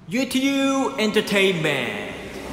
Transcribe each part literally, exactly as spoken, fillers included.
ユーティーユー Entertainment。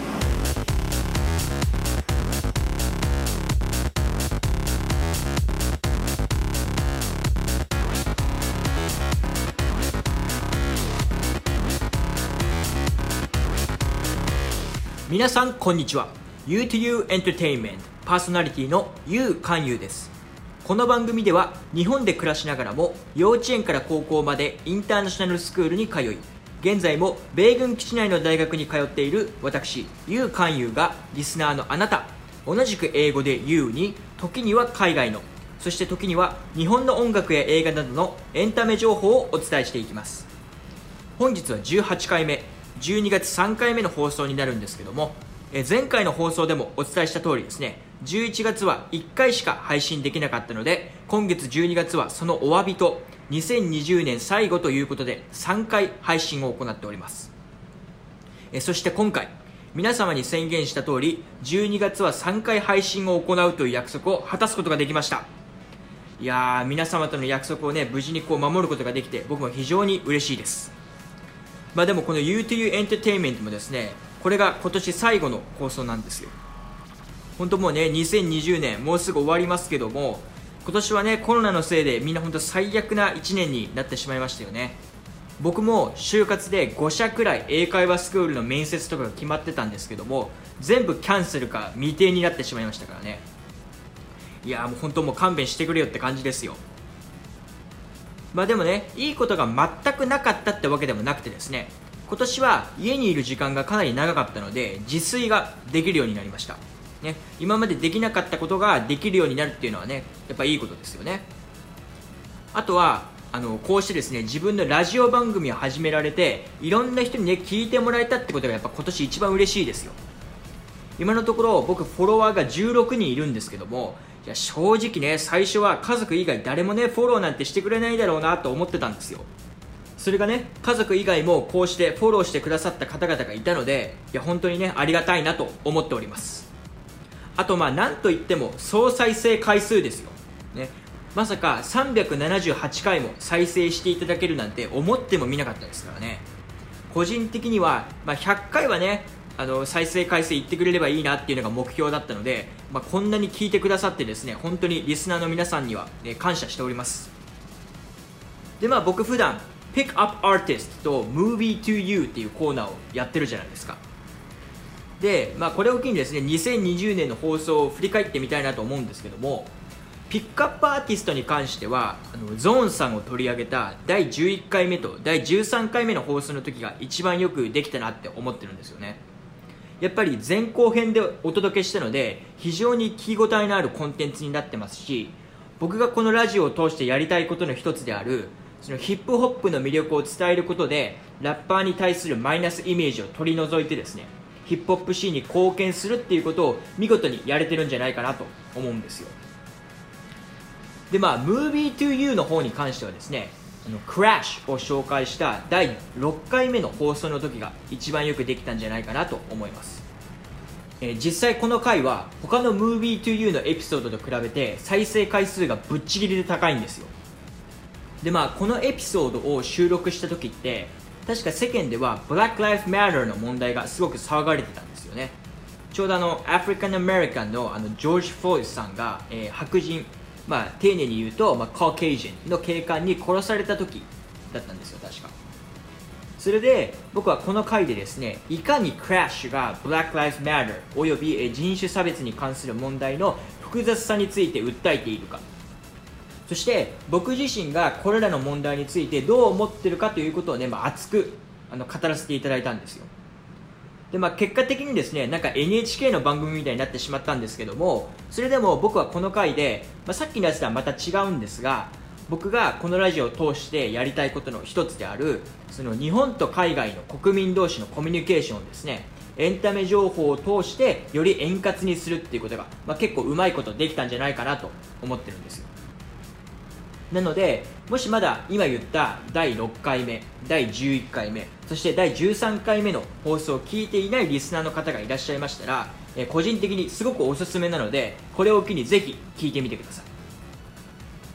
皆さんこんにちは。 ユーティーユー Entertainment パーソナリティのユウカンユウです。この番組では日本で暮らしながらも幼稚園から高校までインターナショナルスクールに通い、現在も米軍基地内の大学に通っている私ユウカンユウがリスナーのあなた、同じく英語でユウに、時には海外の、そして時には日本の音楽や映画などのエンタメ情報をお伝えしていきます。本日はじゅうはちかいめ、じゅうにがつさんかいめの放送になるんですけども、え前回の放送でもお伝えした通りですね、じゅういちがつはいっかいしか配信できなかったので、今月じゅうにがつはそのお詫びとにせんにじゅうねん最後ということでさんかい配信を行っております。えそして今回皆様に宣言した通り、じゅうにがつはさんかい配信を行うという約束を果たすことができました。いやー、皆様との約束をね、無事にこう守ることができて、僕も非常に嬉しいです。まあでもこの ユーティーユー エンターテインメントもですね、これが今年最後の放送なんですよ。本当もうね、にせんにじゅうねんもうすぐ終わりますけども、今年はね、コロナのせいでみんな本当最悪ないちねんになってしまいましたよね。僕も就活でごしゃくらい英会話スクールの面接とかが決まってたんですけども、全部キャンセルか未定になってしまいましたからね。いやーもう本当もう勘弁してくれよって感じですよ。まあでもね、いいことが全くなかったってわけでもなくてですね、今年は家にいる時間がかなり長かったので自炊ができるようになりました、ね、今までできなかったことができるようになるっていうのはね、やっぱいいことですよね。あとはあのこうしてですね、自分のラジオ番組を始められて、いろんな人にね聞いてもらえたってことがやっぱ今年一番嬉しいですよ。今のところ僕フォロワーがじゅうろくにんいるんですけども、いや正直ね、最初は家族以外誰もねフォローなんてしてくれないだろうなと思ってたんですよ。それがね、家族以外もこうしてフォローしてくださった方々がいたので、いや本当にねありがたいなと思っております。あとまあなんといっても総再生回数ですよ、ね、まさかさんびゃくななじゅうはちかいも再生していただけるなんて思ってもみなかったですからね。個人的には、まあ、ひゃっかいはねあの再生回数いってくれればいいなっていうのが目標だったので、まあ、こんなに聞いてくださってですね、本当にリスナーの皆さんには、ね、感謝しております。でまあ僕普段Pick Up Artist と Movie to You っていうコーナーをやってるじゃないですか。で、まあ、これを機にですね、にせんにじゅうねんの放送を振り返ってみたいなと思うんですけども、ピックアップアーティストに関してはあのゾーンさんを取り上げただいじゅういっかいめとだいじゅうさんかいめの放送の時が一番よくできたなって思ってるんですよね。やっぱり前後編でお届けしたので非常に聞き応えのあるコンテンツになってますし、僕がこのラジオを通してやりたいことの一つであるそのヒップホップの魅力を伝えることでラッパーに対するマイナスイメージを取り除いてですね、ヒップホップシーンに貢献するっていうことを見事にやれてるんじゃないかなと思うんですよ。でまあ Movie to You の方に関してはですね、あの Crash を紹介しただいろっかいめの放送の時が一番よくできたんじゃないかなと思います。えー、実際この回は他の Movie to You のエピソードと比べて再生回数がぶっちぎりで高いんですよ。でまあこのエピソードを収録した時って確か世間では Black Lives Matter の問題がすごく騒がれてたんですよね。ちょうどあのアフリカンアメリカンのあのジョージ・フォーイさんが、えー、白人、まあ丁寧に言うと、まあ、カーケージンの警官に殺された時だったんですよ確か。それで僕はこの回でですね、いかにクラッシュが Black Lives Matter および、えー、人種差別に関する問題の複雑さについて訴えているか、そして僕自身がこれらの問題についてどう思ってるかということをね、まあ、熱くあの語らせていただいたんですよ。で、まあ、結果的にですね、なんか エヌエイチケー の番組みたいになってしまったんですけども、それでも僕はこの回で、まあ、さっきのやつとはまた違うんですが、僕がこのラジオを通してやりたいことの一つであるその日本と海外の国民同士のコミュニケーションをですね、エンタメ情報を通してより円滑にするっていうことが、まあ、結構うまいことできたんじゃないかなと思ってるんですよ。なのでもしまだ今言っただいろっかいめ、だいじゅういっかいめ、そしてだいじゅうさんかいめの放送を聞いていないリスナーの方がいらっしゃいましたら、えー、個人的にすごくおすすめなので、これを機にぜひ聞いてみてください。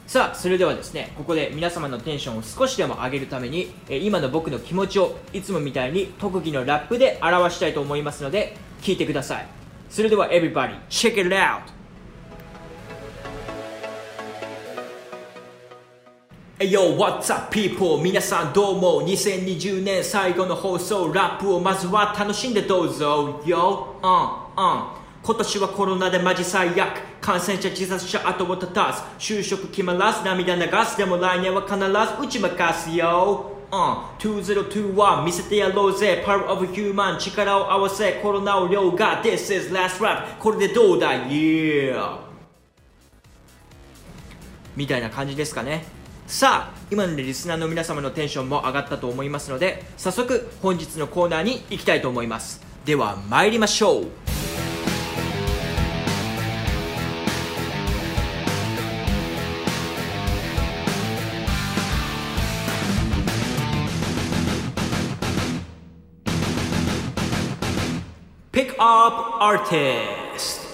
さあそれではですね、ここで皆様のテンションを少しでも上げるために、え今の僕の気持ちをいつもみたいに特技のラップで表したいと思いますので聞いてください。それでは Everybody check it out!Yo, what's up people? 皆さんどうも。にせんにじゅうねん最後の放送、ラップをまずは楽しんでどうぞ。Yo, うん、うん。今年はコロナでマジ最悪。感染者、自殺者、後を絶たず。就職決まらず、涙流す。でも来年は必ず打ち負かすよ。うん、にせんにじゅういち見せてやろうぜ。Power of Human 力を合わせ、コロナを凌駕。This is last rap これでどうだ Yeah みたいな感じですかね。さあ今のでリスナーの皆様のテンションも上がったと思いますので、早速本日のコーナーに行きたいと思います。では参りましょう。Pick up Artist。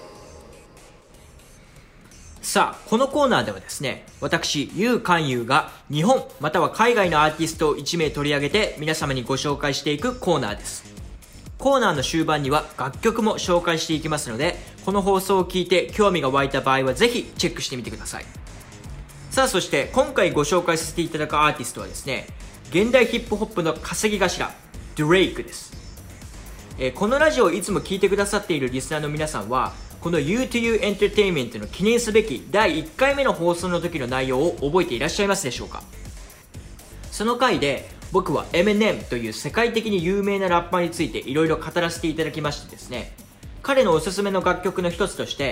さあこのコーナーではですね、私ユウカンユウが日本または海外のアーティストをいち名取り上げて皆様にご紹介していくコーナーです。コーナーの終盤には楽曲も紹介していきますので、この放送を聞いて興味が湧いた場合はぜひチェックしてみてください。さあそして今回ご紹介させていただくアーティストはですね、現代ヒップホップの稼ぎ頭ドレイクです。えー、このラジオをいつも聞いてくださっているリスナーの皆さんはこの ユートゥーユー エンターテインメントの記念すべきだいいっかいめの放送の時の内容を覚えていらっしゃいますでしょうか。その回で僕は エムエヌエム という世界的に有名なラッパーについていろいろ語らせていただきましてですね、彼のおすすめの楽曲の一つとして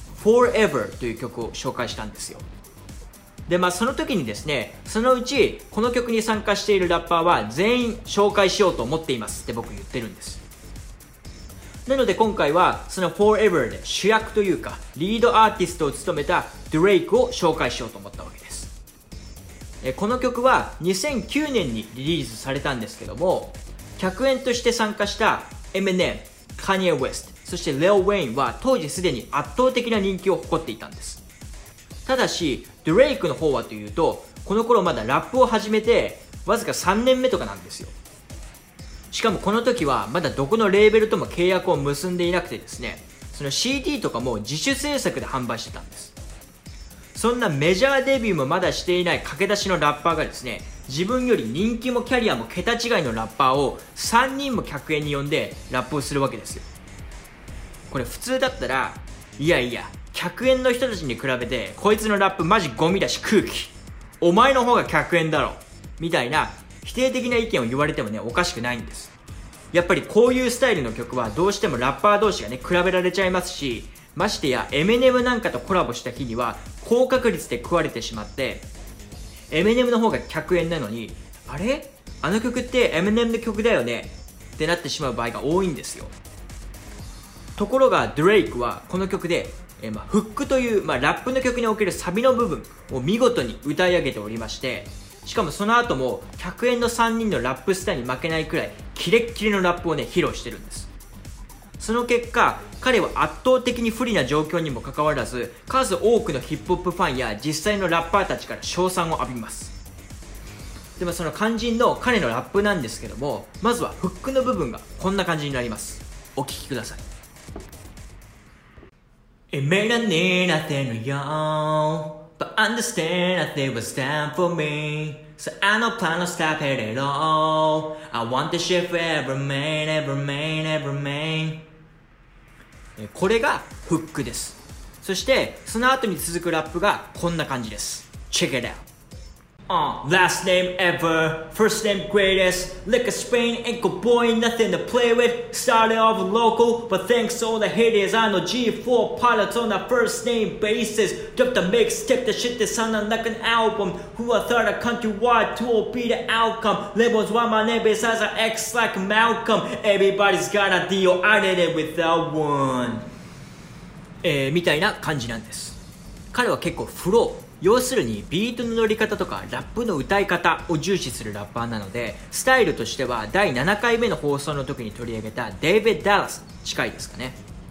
Forever という曲を紹介したんですよ。でまあその時にですね、そのうちこの曲に参加しているラッパーは全員紹介しようと思っていますって僕言ってるんです。なので今回はその Forever で主役というかリードアーティストを務めたドレイクを紹介しようと思ったわけです。この曲はにせんきゅうねんにリリースされたんですけども、客演として参加したエムエヌエム、カニエ・ウェスト、そしてレオ・ウェインは当時すでに圧倒的な人気を誇っていたんです。ただしドレイクの方はというと、この頃まだラップを始めてわずかさんねんめとかなんですよ。しかもこの時はまだどこのレーベルとも契約を結んでいなくてですね、その シーディー とかも自主制作で販売してたんです。そんなメジャーデビューもまだしていない駆け出しのラッパーがですね、自分より人気もキャリアも桁違いのラッパーをさんにんも客演に呼んでラップをするわけですよ。これ普通だったら、いやいや客演の人たちに比べてこいつのラップマジゴミだし空気、お前の方が客演だろみたいな否定的な意見を言われてもねおかしくないんです。やっぱりこういうスタイルの曲はどうしてもラッパー同士がね比べられちゃいますし、ましてやエミネムなんかとコラボした日には高確率で食われてしまって、エミネムの方が客演なのに、あれあの曲ってエミネムの曲だよねってなってしまう場合が多いんですよ。ところがドレイクはこの曲でえまあ、フックという、まあ、ラップの曲におけるサビの部分を見事に歌い上げておりまして、しかもその後も客演のさんにんのラップスタイルに負けないくらいキレッキレのラップをね披露してるんです。その結果彼は圧倒的に不利な状況にもかかわらず、数多くのヒップホップファンや実際のラッパーたちから称賛を浴びます。でもその肝心の彼のラップなんですけども、まずはフックの部分がこんな感じになります。お聴きください。It may not need nothing to you, but understand that it was time for me. So I no plan to stop it at all. I want the shit forever, remain, ever remain, ever remain. これがフックです。そしてその後に続くラップがこんな感じです。Check it out.Uh, last name ever, first name greatest. Lick a Spain, ankle boy, nothing to play with. Started off local, but thanks to all the haters, I know G four pilots on a first name basis. Dropped the mixtape, the shit that sounded like an album. Who I thought a countrywide tour be the outcome. Labels why my name is as an X like Malcolm. Everybody's got a deal, I did it without one. えー、みたいな感じなんです。彼は結構フロー、要するにビートの乗り方とかラップの歌い方を重視するラッパーなので、スタイルとしてはだいななかいめの放送の時に取り上げたデイビッド・ダラスに近いですかね。こ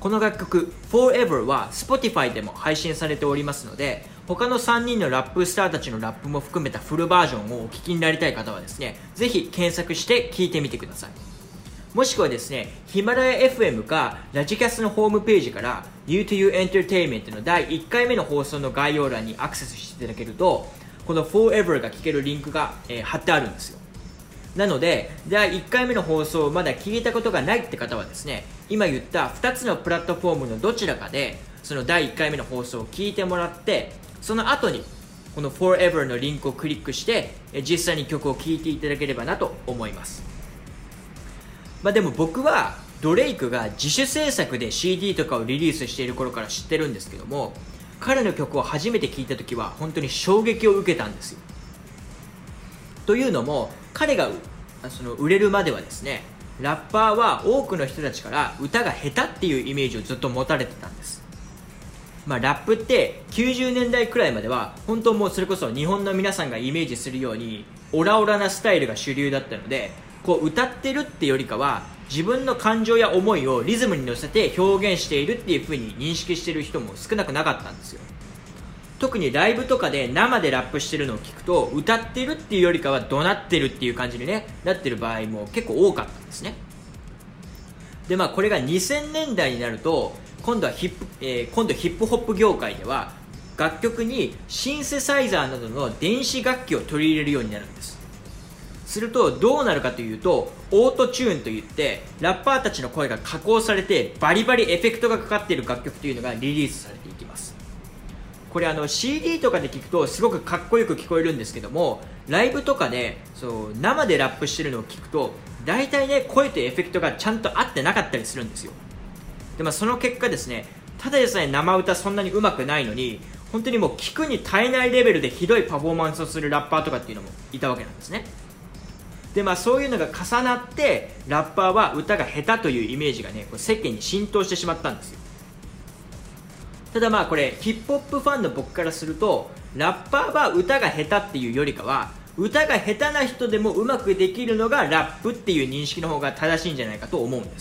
この楽曲 Forever は Spotify でも配信されておりますので、他のさんにんのラップスターたちのラップも含めたフルバージョンをお聞きになりたい方はですね、ぜひ検索して聞いてみてください。もしくはですね、ヒマラヤ エフエム かラジキャスのホームページから ユートゥーユー Entertainment のだいいっかいめの放送の概要欄にアクセスしていただけると、この Forever が聞けるリンクが、えー、貼ってあるんですよ。なのでだいいっかいめの放送をまだ聞いたことがないって方はですね、今言ったふたつのプラットフォームのどちらかでそのだいいっかいめの放送を聞いてもらって、その後にこの Forever のリンクをクリックして実際に曲を聴いていただければなと思います。まあでも僕はドレイクが自主制作で シーディー とかをリリースしている頃から知ってるんですけども、彼の曲を初めて聴いた時は本当に衝撃を受けたんですよ。というのも彼がその売れるまではですね、ラッパーは多くの人たちから歌が下手っていうイメージをずっと持たれてたんです。まあ、ラップってきゅうじゅうねんだいくらいまでは本当もうそれこそ日本の皆さんがイメージするようにオラオラなスタイルが主流だったので、こう歌ってるってよりかは自分の感情や思いをリズムに乗せて表現しているっていう風に認識している人も少なくなかったんですよ。特にライブとかで生でラップしてるのを聞くと、歌ってるっていうよりかは怒鳴ってるっていう感じに、ね、なってる場合も結構多かったんですね。でまあこれがにせんねんだいになると今度はヒップ、えー、今度ヒップホップ業界では楽曲にシンセサイザーなどの電子楽器を取り入れるようになるんです。するとどうなるかというと、オートチューンといってラッパーたちの声が加工されてバリバリエフェクトがかかっている楽曲というのがリリースされていきます。これあの シーディー とかで聞くとすごくかっこよく聞こえるんですけども、ライブとかでそう生でラップしてるのを聞くと大体ね、声とエフェクトがちゃんと合ってなかったりするんですよ。でまあ、その結果ですね、ただでさえ生歌そんなに上手くないのに本当にもう聞くに耐えないレベルでひどいパフォーマンスをするラッパーとかっていうのもいたわけなんですね。でまあそういうのが重なってラッパーは歌が下手というイメージがね、こう世間に浸透してしまったんですよ。ただまあこれヒップホップファンの僕からすると、ラッパーは歌が下手っていうよりかは歌が下手な人でもうまくできるのがラップっていう認識の方が正しいんじゃないかと思うんです。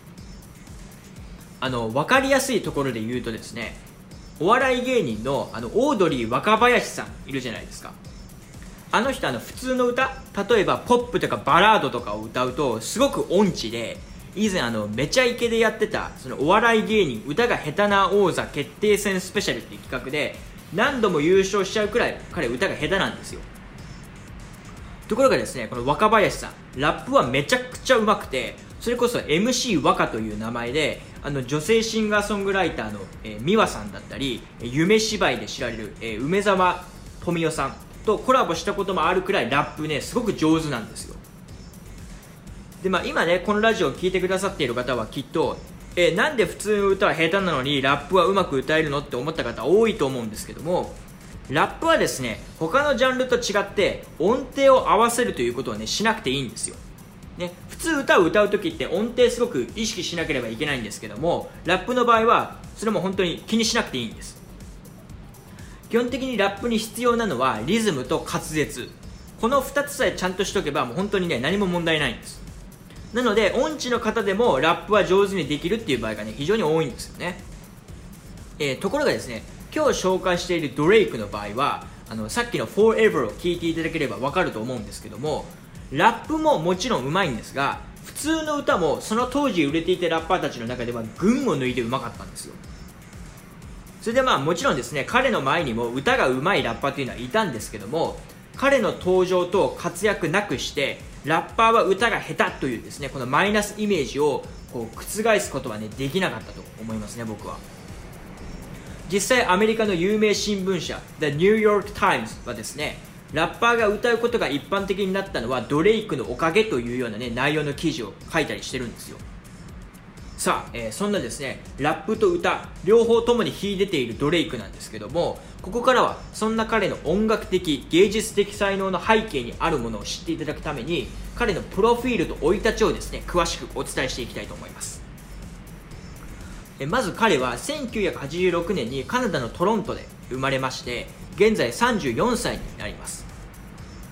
あの分かりやすいところで言うとですね、お笑い芸人のあのオードリー若林さんいるじゃないですか。あの人あの普通の歌、例えばポップとかバラードとかを歌うとすごく音痴で、以前あのめちゃイケでやってたそのお笑い芸人歌が下手な王座決定戦スペシャルっていう企画で何度も優勝しちゃうくらい彼歌が下手なんですよ。ところがですね、この若林さんラップはめちゃくちゃうまくて、それこそ エムシー 若という名前であの女性シンガーソングライターの、えー、美和さんだったり夢芝居で知られる、えー、梅沢富美男さんとコラボしたこともあるくらいラップねすごく上手なんですよ。でまあ、今ねこのラジオを聴いてくださっている方はきっと、えー、なんで普通の歌は下手なのにラップはうまく歌えるのって思った方多いと思うんですけども、ラップはですね他のジャンルと違って音程を合わせるということをねしなくていいんですよ、ね、普通歌を歌う時って音程すごく意識しなければいけないんですけども、ラップの場合はそれも本当に気にしなくていいんです。基本的にラップに必要なのはリズムと滑舌、このふたつさえちゃんとしとけばもう本当にね何も問題ないんです。なので音痴の方でもラップは上手にできるっていう場合がね非常に多いんですよね、えー、ところがですね、今日紹介しているドレイクの場合はあのさっきの Forever を聞いていただければ分かると思うんですけども、ラップももちろん上手いんですが、普通の歌もその当時売れていたラッパーたちの中では群を抜いて上手かったんですよ。それでまあもちろんですね、彼の前にも歌が上手いラッパーというのはいたんですけども、彼の登場と活躍なくしてラッパーは歌が下手というですねこのマイナスイメージをこう覆すことはねできなかったと思いますね、僕は。実際アメリカの有名新聞社 The New York Times はですね、ラッパーが歌うことが一般的になったのはドレイクのおかげというようなね内容の記事を書いたりしてるんですよ。さあ、えー、そんなですねラップと歌両方ともに秀でているドレイクなんですけども、ここからはそんな彼の音楽的芸術的才能の背景にあるものを知っていただくために、彼のプロフィールと生い立ちをですね詳しくお伝えしていきたいと思います。えまず彼はせんきゅうひゃくはちじゅうろくねんにカナダのトロントで生まれまして、現在さんじゅうよんさいになります。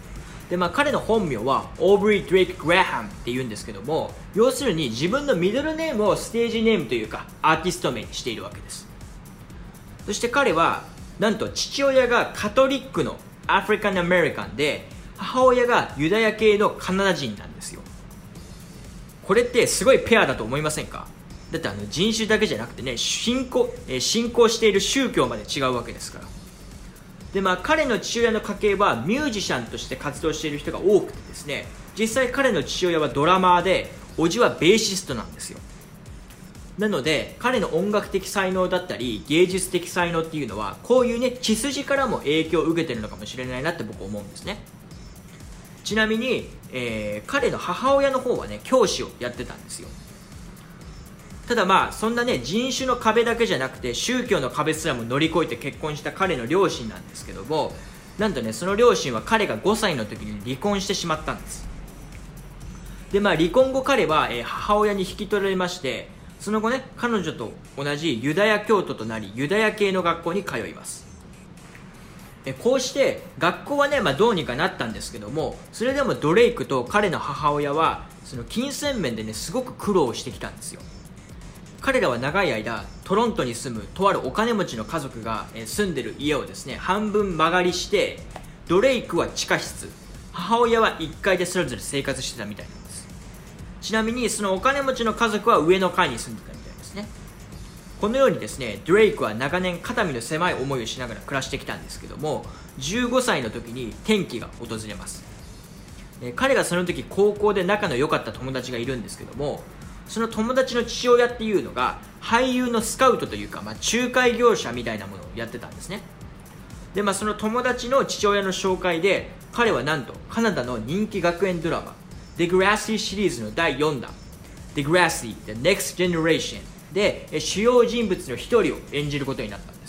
で、まあ、彼の本名はオーブリー・ドレイク・グラハムって言うんですけども、要するに自分のミドルネームをステージネームというかアーティスト名にしているわけです。そして彼はなんと父親がカトリックのアフリカンアメリカンで、母親がユダヤ系のカナダ人なんですよ。これってすごいペアだと思いませんか？だってあの人種だけじゃなくてね、信仰、えー、信仰している宗教まで違うわけですから。で、まあ、彼の父親の家系はミュージシャンとして活動している人が多くてですね、実際彼の父親はドラマーで、叔父はベーシストなんですよ。なので彼の音楽的才能だったり芸術的才能っていうのは、こういうね血筋からも影響を受けてるのかもしれないなって僕は思うんですね。ちなみに、えー、彼の母親の方はね教師をやってたんですよ。ただまあそんなね人種の壁だけじゃなくて宗教の壁すらも乗り越えて結婚した彼の両親なんですけども、なんとねその両親は彼がごさいの時に離婚してしまったんです。でまあ離婚後彼は、えー、母親に引き取られまして、その後ね彼女と同じユダヤ教徒となりユダヤ系の学校に通います。えこうして学校はね、まあ、どうにかなったんですけども、それでもドレイクと彼の母親はその金銭面でねすごく苦労してきたんですよ。彼らは長い間トロントに住むとあるお金持ちの家族が住んでる家をですね半分間借りして、ドレイクは地下室、母親はいっかいでそれぞれ生活してたみたいなんです。ちなみにそのお金持ちの家族は上の階に住んでたみたいですね。このようにですねドレイクは長年肩身の狭い思いをしながら暮らしてきたんですけども、じゅうごさいの時に転機が訪れます。彼がその時高校で仲の良かった友達がいるんですけども、その友達の父親っていうのが俳優のスカウトというか、まあ、仲介業者みたいなものをやってたんですね。で、まあ、その友達の父親の紹介で彼はなんとカナダの人気学園ドラマ The Grassy シリーズのだいよんだん The Grassy The Next Generation で主要人物の一人を演じることになったんです。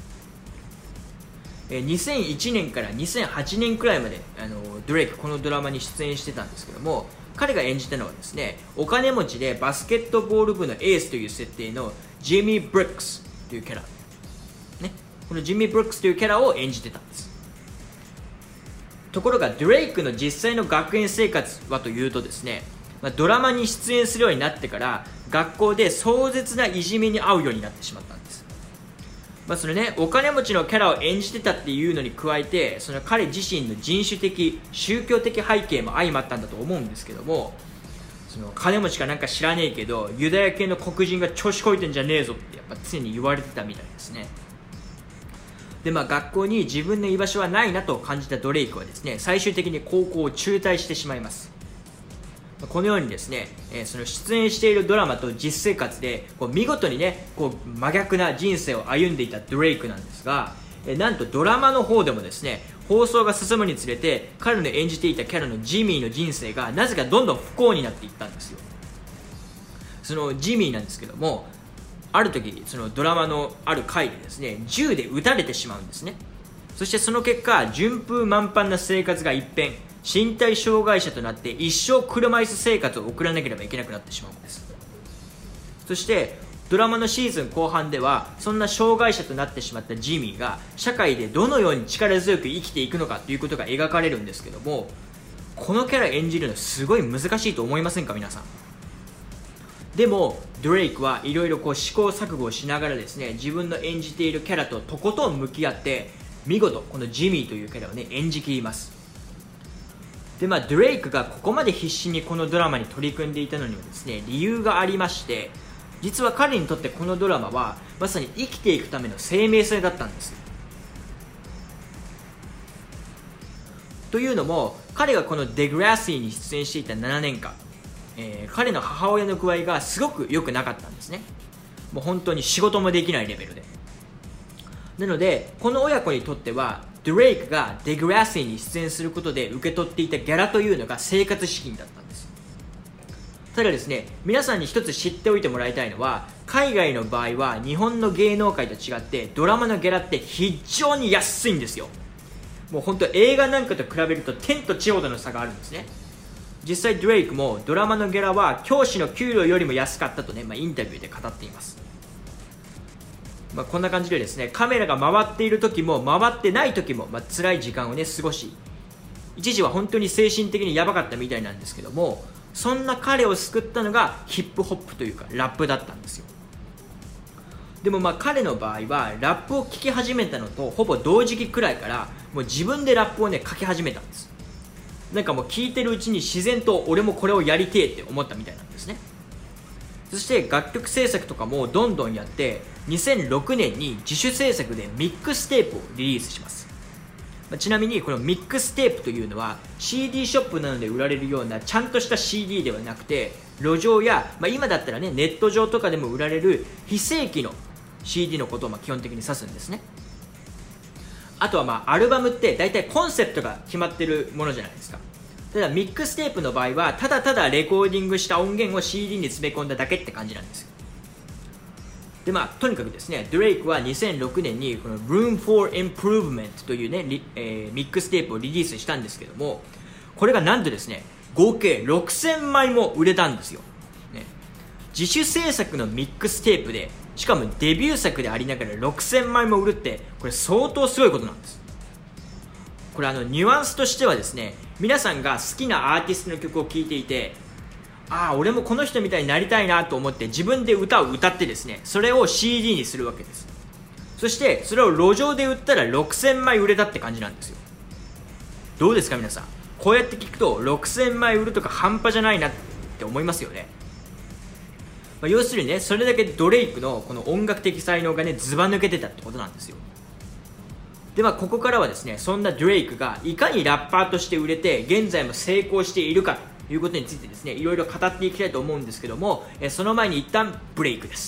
にせんいちねんからにせんはちねんくらいまであのドレイクこのドラマに出演してたんですけども、彼が演じたのはですねお金持ちでバスケットボール部のエースという設定のジミー・ブルックスというキャラ、ね、このジミー・ブルックスというキャラを演じてたんです。ところがドレイクの実際の学園生活はというとですね、まあ、ドラマに出演するようになってから学校で壮絶ないじめに遭うようになってしまったんです。まあそれね、お金持ちのキャラを演じてたっていうのに加えて、その彼自身の人種的宗教的背景も相まったんだと思うんですけども、その金持ちかなんか知らねえけどユダヤ系の黒人が調子こいてんじゃねえぞってやっぱ常に言われてたみたいですね。でまあ学校に自分の居場所はないなと感じたドレイクはですね最終的に高校を中退してしまいます。このようにですね、えー、その出演しているドラマと実生活でこう見事にねこう真逆な人生を歩んでいたドレイクなんですが、えー、なんとドラマの方でもですね放送が進むにつれて彼の演じていたキャラのジミーの人生がなぜかどんどん不幸になっていったんですよ。そのジミーなんですけども、ある時そのドラマのある回でですね銃で撃たれてしまうんですね。そしてその結果順風満帆な生活が一変、身体障害者となって一生車椅子生活を送らなければいけなくなってしまうんです。そしてドラマのシーズン後半ではそんな障害者となってしまったジミーが社会でどのように力強く生きていくのかということが描かれるんですけども、このキャラ演じるのすごい難しいと思いませんか皆さん。でもドレイクはいろいろこう試行錯誤をしながらですね自分の演じているキャラととことん向き合って見事このジミーというキャラをね演じきります。でまあドレイクがここまで必死にこのドラマに取り組んでいたのにはですね理由がありまして、実は彼にとってこのドラマはまさに生きていくための生命線だったんです。というのも彼がこのデグラシーに出演していたななねんかん、えー、彼の母親の具合がすごく良くなかったんですね。もう本当に仕事もできないレベルで。なのでこの親子にとってはドレイクがデグラシーに出演することで受け取っていたギャラというのが生活資金だったんです。ただですね皆さんに一つ知っておいてもらいたいのは、海外の場合は日本の芸能界と違ってドラマのギャラって非常に安いんですよ。もう本当映画なんかと比べると天と地ほどの差があるんですね。実際ドレイクもドラマのギャラは教師の給料よりも安かったとね、まあ、インタビューで語っています。まあ、こんな感じでですねカメラが回っている時も回ってない時も、まあ、辛い時間をね過ごし一時は本当に精神的にやばかったみたいなんですけども、そんな彼を救ったのがヒップホップというかラップだったんですよ。でもまあ彼の場合はラップを聴き始めたのとほぼ同時期くらいからもう自分でラップをね書き始めたんです。なんかもう聴いてるうちに自然と俺もこれをやりてえって思ったみたいなんですね。そして楽曲制作とかもどんどんやってにせんろくねんに自主制作でミックステープをリリースします。ちなみにこのミックステープというのは シーディー ショップなどで売られるようなちゃんとした シーディー ではなくて、路上や、まあ、今だったらねネット上とかでも売られる非正規の シーディー のことをまあ基本的に指すんですね。あとはまあアルバムって大体コンセプトが決まってるものじゃないですか。ただミックステープの場合はただただレコーディングした音源を シーディー に詰め込んだだけって感じなんですよ。でまあ、とにかくですね、ドレイクはにせんろくねんにこの Room for Improvement というね、えー、ミックステープをリリースしたんですけども、これがなんとですね、合計ろくせんまいも売れたんですよ、ね、自主制作のミックステープで、しかもデビュー作でありながらろくせんまいも売るって、これ相当すごいことなんです。これあのニュアンスとしてはですね、皆さんが好きなアーティストの曲を聴いていて、ああ俺もこの人みたいになりたいなと思って自分で歌を歌ってですね、それを シーディー にするわけです。そしてそれを路上で売ったらろくせんまい売れたって感じなんですよ。どうですか皆さん、こうやって聞くとろくせんまい売るとか半端じゃないなって思いますよね。まあ、要するにね、それだけドレイクのこの音楽的才能がねずば抜けてたってことなんですよ。でまあここからはですね、そんなドレイクがいかにラッパーとして売れて現在も成功しているかということについてですね、いろいろ語っていきたいと思うんですけども、えその前に一旦ブレイクです。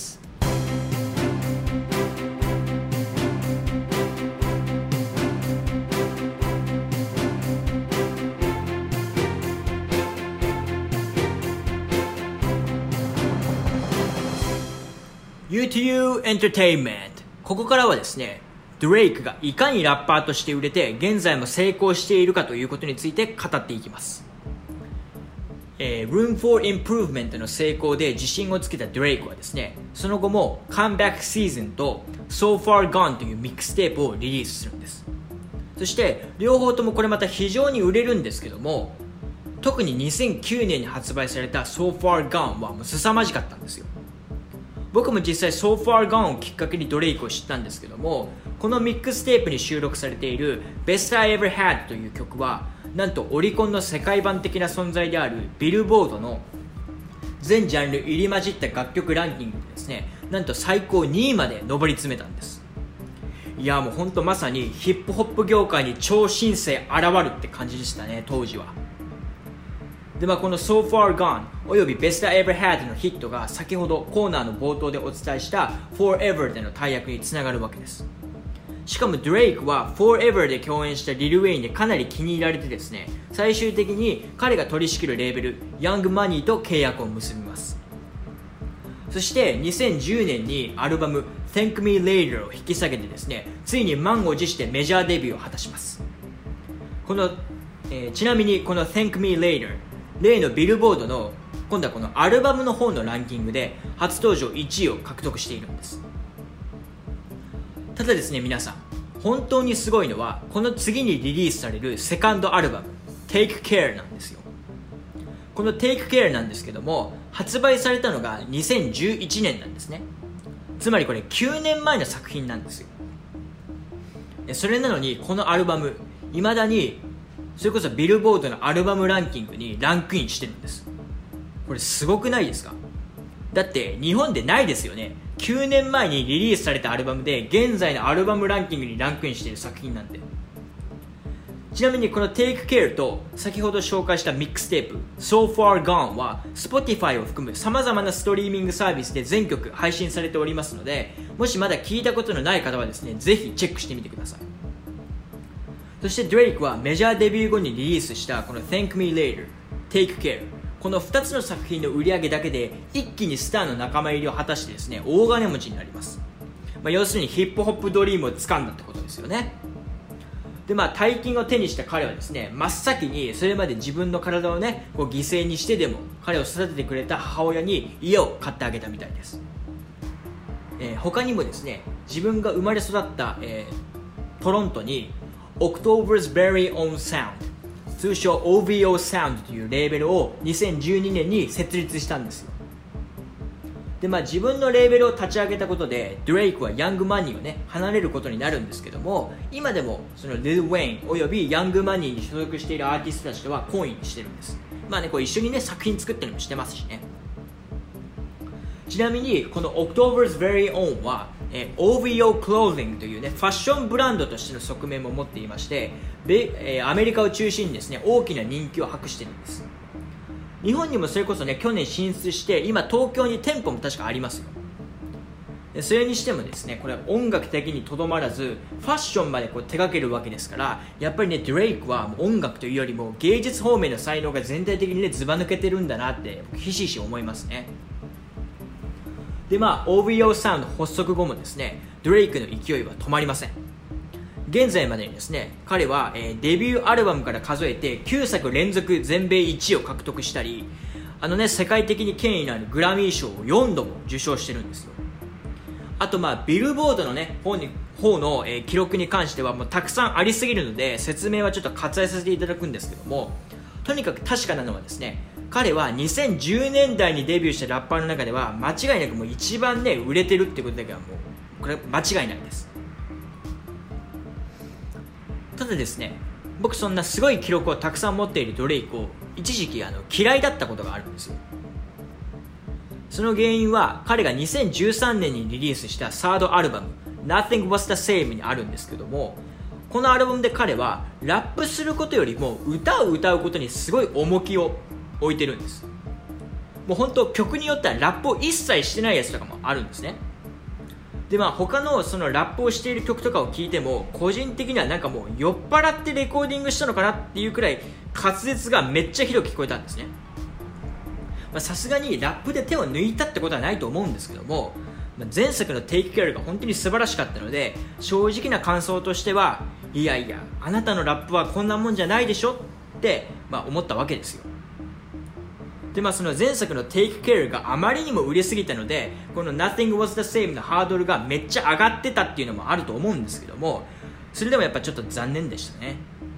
ユーティーユー エンターテインメント。ここからはですね、ドレイクがいかにラッパーとして売れて現在も成功しているかということについて語っていきます。えー、Room for Improvement の成功で自信をつけたドレイクはですね、その後も Comeback Season と So Far Gone というミックステープをリリースするんです。そして両方ともこれまた非常に売れるんですけども、特ににせんきゅうねんに発売された So Far Gone はもう凄まじかったんですよ。僕も実際 So Far Gone をきっかけにドレイクを知ったんですけども、このミックステープに収録されている Best I Ever Had という曲はなんとオリコンの世界版的な存在であるビルボードの全ジャンル入り混じった楽曲ランキングでですね、なんと最高にいまで上り詰めたんです。いやもうほんとまさにヒップホップ業界に超新星現るって感じでしたね、当時は。でまあこの So Far Gone および Best I Ever Had のヒットが先ほどコーナーの冒頭でお伝えした Forever での大役につながるわけです。しかもドレイクは Forever で共演したリル・ウェインでかなり気に入られてですね、最終的に彼が取り仕切るレーベル Young Money と契約を結びます。そしてにせんじゅうねんにアルバム Thank Me Later を引き下げてですね、ついに満を持してメジャーデビューを果たします。この、えー、ちなみにこの Thank Me Later、例のビルボードの今度はこのアルバムの方のランキングで初登場いちいを獲得しているんです。ただですね皆さん、本当にすごいのはこの次にリリースされるセカンドアルバム Take Care なんですよ。この Take Care なんですけども、発売されたのがにせんじゅういちねんなんですね。つまりこれきゅうねんまえの作品なんですよ。それなのにこのアルバム未だにそれこそビルボードのアルバムランキングにランクインしてるんです。これすごくないですか？だって日本でないですよね。きゅうねんまえにリリースされたアルバムで現在のアルバムランキングにランクインしている作品なんで。ちなみにこの Take Care と先ほど紹介したミックステープ So Far Gone は Spotify を含む様々なストリーミングサービスで全曲配信されておりますので、もしまだ聞いたことのない方はですね、ぜひチェックしてみてください。そしてドレイクはメジャーデビュー後にリリースしたこの Thank Me Later、Take Care、このふたつの作品の売り上げだけで一気にスターの仲間入りを果たしてですね、大金持ちになります。まあ、要するにヒップホップドリームを掴んだってことですよね。でまあ大金を手にした彼はですね、真っ先にそれまで自分の体をねこう犠牲にしてでも彼を育ててくれた母親に家を買ってあげたみたいです。えー、他にもですね、自分が生まれ育った、えー、トロントに October's Very Own Sound 通称 オーブイオー サウンドというレーベルをにせんじゅうにねんに設立したんですよ。でまあ、自分のレーベルを立ち上げたことでドレイクはヤングマニーをね離れることになるんですけども、今でもそのリル・ウェインおよびヤングマニーに所属しているアーティストたちとは懇意にしてるんです。まあね、こう一緒にね作品作ったりもしてますしね。ちなみにこの October's Very Own は、えー、オーブイオー Clothing というねファッションブランドとしての側面も持っていまして、米えー、アメリカを中心にですね大きな人気を博しているんです。日本にもそれこそね去年進出して、今東京に店舗も確かありますよ。でそれにしてもですね、これ音楽的にとどまらずファッションまでこう手掛けるわけですから、やっぱりねドレイクはもう音楽というよりも芸術方面の才能が全体的にねずば抜けてるんだなってひしひし思いますね。でまあ オーブイオー サウンド発足後もですねドレイクの勢いは止まりません。現在までにですね彼は、えー、デビューアルバムから数えてきゅうさく連続全米いちいを獲得したり、あのね世界的に権威のあるグラミー賞をよんども受賞してるんですよ。あとまあビルボードのね方に方の、えー、記録に関してはもうたくさんありすぎるので説明はちょっと割愛させていただくんですけども、とにかく確かなのはですね、彼はにせんじゅうねんだいにデビューしたラッパーの中では間違いなくもう一番ね売れてるってことだけはもうこれ間違いないです。ただですね、僕そんなすごい記録をたくさん持っているドレイクを一時期あの嫌いだったことがあるんですよ。その原因は彼がにせんじゅうさんねんにリリースしたサードアルバム Nothing Was the Same にあるんですけども、このアルバムで彼はラップすることよりも歌を歌うことにすごい重きを置いてるんです。もう本当曲によってはラップを一切してないやつとかもあるんですね。でまあ他のそのラップをしている曲とかを聴いても個人的にはなんかもう酔っ払ってレコーディングしたのかなっていうくらい滑舌がめっちゃひどく聞こえたんですね。さすがにラップで手を抜いたってことはないと思うんですけども、前作の Take Care が本当に素晴らしかったので、正直な感想としてはいやいやあなたのラップはこんなもんじゃないでしょって、まあ、思ったわけですよ。でまあ、その前作の Take Care があまりにも売れすぎたので、この Nothing Was the Same のハードルがめっちゃ上がってたっていうのもあると思うんですけども、それでもやっぱちょっと残念でしたね。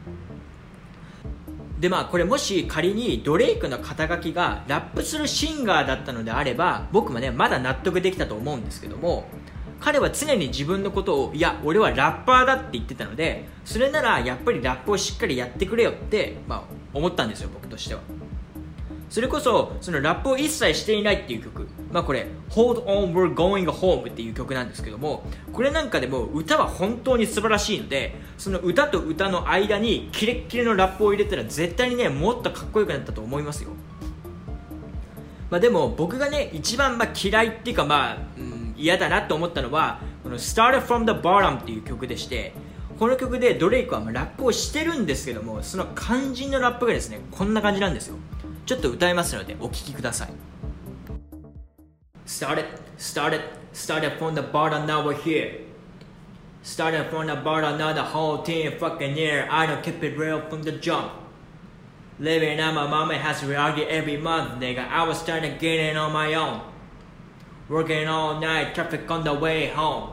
でまあこれもし仮にドレイクの肩書きがラップするシンガーだったのであれば僕もねまだ納得できたと思うんですけども、彼は常に自分のことをいや俺はラッパーだって言ってたので、それならやっぱりラップをしっかりやってくれよって、まあ、思ったんですよ僕としては。それこそそのラップを一切していないっていう曲、まあこれ Hold On We're Going Home っていう曲なんですけども、これなんかでも歌は本当に素晴らしいので、その歌と歌の間にキレッキレのラップを入れたら絶対にねもっとかっこよくなったと思いますよ。まあでも僕がね一番まあ嫌いっていうかまあ、うん、嫌だなと思ったのはこの Started From the Bottom っていう曲でして、この曲でドレイクはまあラップをしてるんですけども、その肝心のラップがですねこんな感じなんですよ。ちょっと歌いますのでお聴きください。 Started, started, started from the bottom, now we're here. Started from the bottom, now the whole team fucking near. I don't keep it real from the jump. Living on my mama has reality every month, nigga. I was starting to get it on my own. Working all night, traffic on the way home.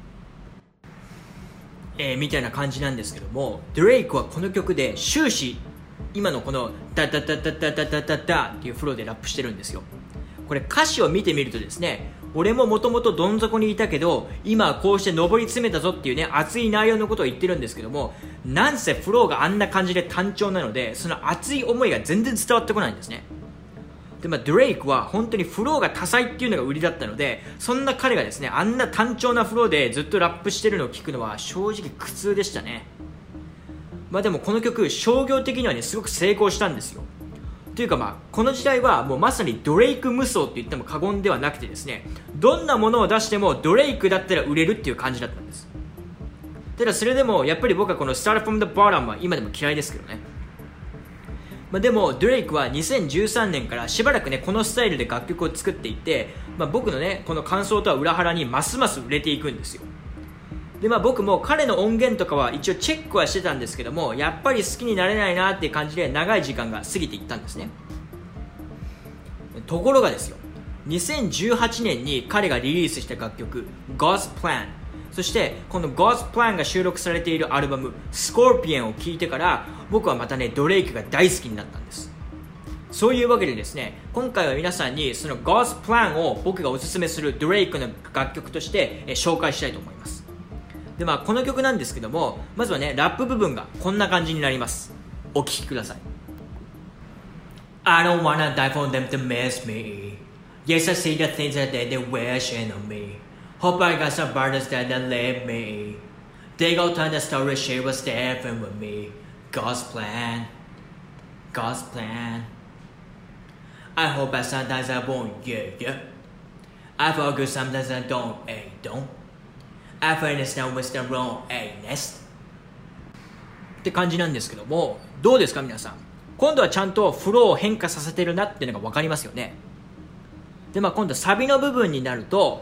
えー、みたいな感じなんですけども、ドレイクはこの曲で終始今のこのダダダダダダダダダっていうフローでラップしてるんですよ。これ歌詞を見てみるとですね、俺ももともとどん底にいたけど今はこうして上り詰めたぞっていうね熱い内容のことを言ってるんですけども、なんせフローがあんな感じで単調なのでその熱い思いが全然伝わってこないんですね。で、まあ、ドレイクは本当にフローが多彩っていうのが売りだったので、そんな彼がですねあんな単調なフローでずっとラップしてるのを聞くのは正直苦痛でしたね。まあでもこの曲商業的にはねすごく成功したんですよ。というかまあこの時代はもうまさにドレイク無双って言っても過言ではなくてですね、どんなものを出してもドレイクだったら売れるっていう感じだったんです。ただそれでもやっぱり僕はこの Start From the Bottom は今でも嫌いですけどね。まあ、でもドレイクはにせんじゅうさんねんからしばらくねこのスタイルで楽曲を作っていって、まあ、僕のねこの感想とは裏腹にますます売れていくんですよ。でまあ、僕も彼の音源とかは一応チェックはしてたんですけども、やっぱり好きになれないなっていう感じで長い時間が過ぎていったんですね。ところがですよ、にせんじゅうはちねんに彼がリリースした楽曲 God's Plan、 そしてこの God's Plan が収録されているアルバム Scorpion を聴いてから、 僕はまたねドレイクが大好きになったんです。そういうわけでですね、今回は皆さんにその God's Plan を僕がおすすめするドレイクの楽曲として、えー、紹介したいと思います。でまあこの曲なんですけども、まずはねラップ部分がこんな感じになります。お聴きください。 I don't wanna die for them to miss me. Yes, I see the things that they, they're wishing on me. Hope I got some brothers that they leave me. They go tell the story she was different with me. God's plan, God's plan. I hope that sometimes I won't, yeah, yeah. I forget sometimes I don't, hey, don't.I understand what's the wrong nest って感じなんですけども、どうですか皆さん。今度はちゃんとフローを変化させてるなっていうのが分かりますよね。でまあ今度サビの部分になると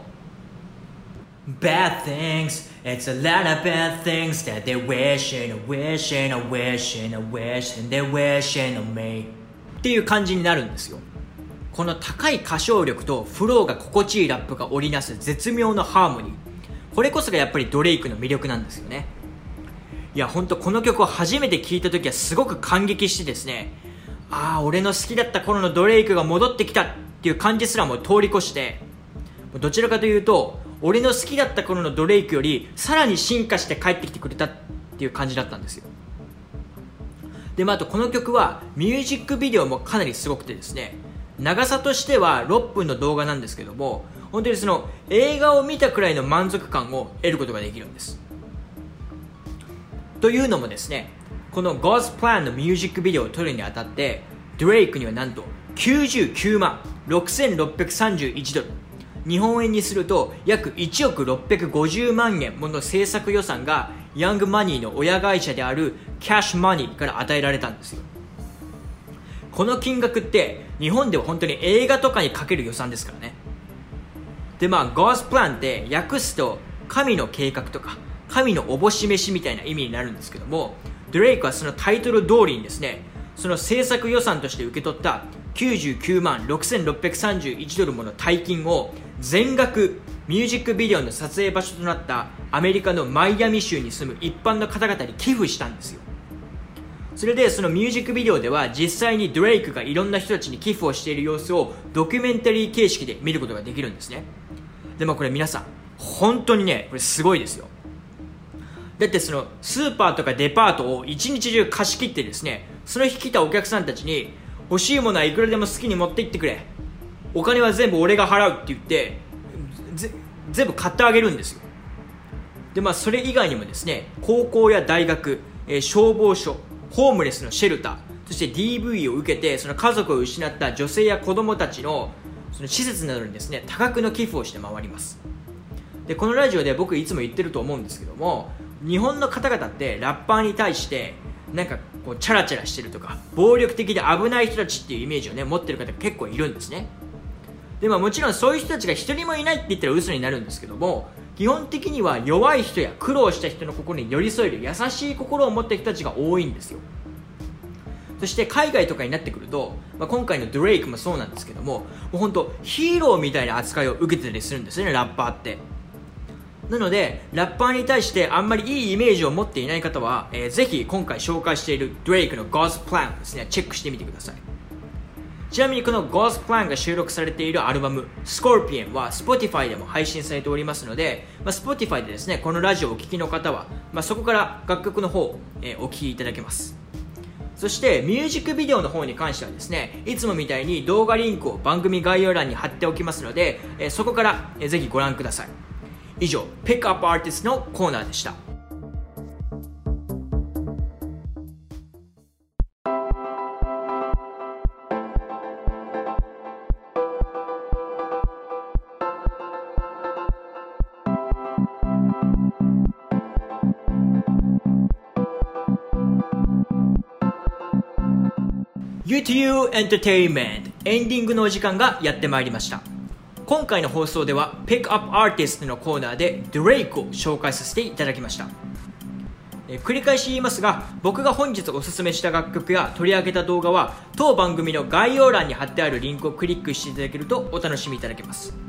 Bad things, it's a lot of bad things that they're wishing, wishing, wishing, wishing, they're wishing on me っていう感じになるんですよ。この高い歌唱力とフローが心地いいラップが織りなす絶妙なハーモニー、これこそがやっぱりドレイクの魅力なんですよね。いや本当この曲を初めて聴いた時はすごく感激してですね、ああ俺の好きだった頃のドレイクが戻ってきたっていう感じすらも通り越して、どちらかというと俺の好きだった頃のドレイクよりさらに進化して帰ってきてくれたっていう感じだったんですよ。でまああとこの曲はミュージックビデオもかなりすごくてですね、長さとしてはろっぷんの動画なんですけども、本当にその映画を見たくらいの満足感を得ることができるんです。というのもですね、この God's Plan のミュージックビデオを撮るにあたってドレイクにはなんときゅうじゅうきゅうまんろくせんろっぴゃくさんじゅういちドル、日本円にすると約いちおくろっぴゃくごじゅうまんえんもの制作予算がヤングマニーの親会社であるキャッシュマニーから与えられたんですよ。この金額って日本では本当に映画とかにかける予算ですからね。でまあ God's Plan って訳すと神の計画とか神のおぼし飯みたいな意味になるんですけども、ドレイクはそのタイトル通りにですね、その制作予算として受け取ったきゅうじゅうきゅうまんろくせんろっぴゃくさんじゅういちドルもの大金を全額ミュージックビデオの撮影場所となったアメリカのマイアミ州に住む一般の方々に寄付したんですよ。それでそのミュージックビデオでは実際にドレイクがいろんな人たちに寄付をしている様子をドキュメンタリー形式で見ることができるんですね。でもこれ皆さん本当にねこれすごいですよ。だってそのスーパーとかデパートを一日中貸し切ってですね、その日来たお客さんたちに欲しいものはいくらでも好きに持って行ってくれ、お金は全部俺が払うって言って全部買ってあげるんですよ。でまあそれ以外にもですね、高校や大学、えー、消防署、ホームレスのシェルター、そして ディーブイ を受けてその家族を失った女性や子供たちのその施設などにですね多額の寄付をして回ります。でこのラジオで僕いつも言ってると思うんですけども、日本の方々ってラッパーに対してなんかこうチャラチャラしてるとか暴力的で危ない人たちっていうイメージをね持ってる方が結構いるんですね。でまあもちろんそういう人たちが一人もいないって言ったら嘘になるんですけども、基本的には弱い人や苦労した人の心に寄り添える優しい心を持った人たちが多いんですよ。そして海外とかになってくると、まあ、今回のドレイクもそうなんですけども、もう本当ヒーローみたいな扱いを受けてたりするんですね、ラッパーって。なのでラッパーに対してあんまりいいイメージを持っていない方は、えー、ぜひ今回紹介しているドレイクの God's Plan をですねチェックしてみてください。ちなみにこの God's Plan が収録されているアルバム Scorpion は Spotify でも配信されておりますので、まあ、Spotify でですねこのラジオをお聴きの方は、まあ、そこから楽曲の方、えー、お聴きいただけます。そしてミュージックビデオの方に関してはですね、いつもみたいに動画リンクを番組概要欄に貼っておきますので、えー、そこから、えー、ぜひご覧ください。以上 Pick Up Artist のコーナーでした。ユーティーユー Entertainment エンディングのお時間がやってまいりました。今回の放送では Pick Up Artist のコーナーで Drake を紹介させていただきました。え繰り返し言いますが、僕が本日おすすめした楽曲や取り上げた動画は当番組の概要欄に貼ってあるリンクをクリックしていただけるとお楽しみいただけます。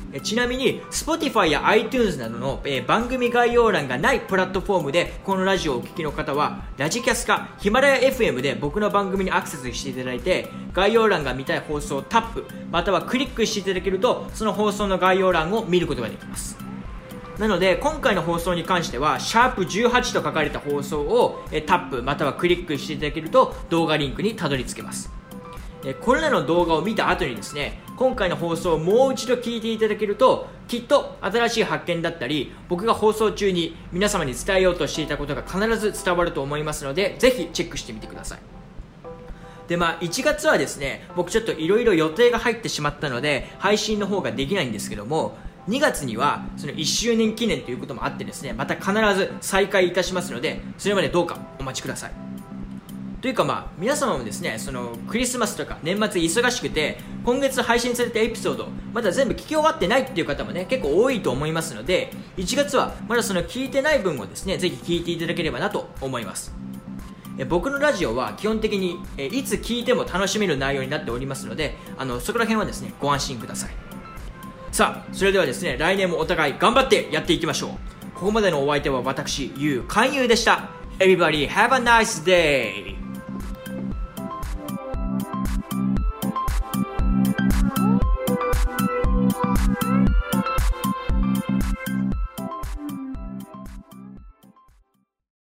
えちなみに Spotify や iTunes などの、えー、番組概要欄がないプラットフォームでこのラジオをお聞きの方はラジキャスかヒマラヤ エフエム で僕の番組にアクセスしていただいて、概要欄が見たい放送をタップまたはクリックしていただけるとその放送の概要欄を見ることができます。なので今回の放送に関してはシャープじゅうはちと書かれた放送をえタップまたはクリックしていただけると動画リンクにたどり着けます。これらの動画を見た後にですね、今回の放送をもう一度聞いていただけるときっと新しい発見だったり僕が放送中に皆様に伝えようとしていたことが必ず伝わると思いますので、ぜひチェックしてみてください。でまあいちがつはですね、僕ちょっといろいろ予定が入ってしまったので配信の方ができないんですけども、にがつにはそのいっしゅうねん記念ということもあってですね、また必ず再開いたしますので、それまでどうかお待ちください。というかまあ皆様もですね、そのクリスマスとか年末忙しくて今月配信されたエピソードまだ全部聞き終わってないっていう方もね結構多いと思いますので、いちがつはまだその聞いてない分をですねぜひ聞いていただければなと思います。え僕のラジオは基本的にえいつ聞いても楽しめる内容になっておりますので、あのそこら辺はですねご安心ください。さあそれではですね、来年もお互い頑張ってやっていきましょう。ここまでのお相手は私、ゆうかんゆうでした。Everybody have a nice day!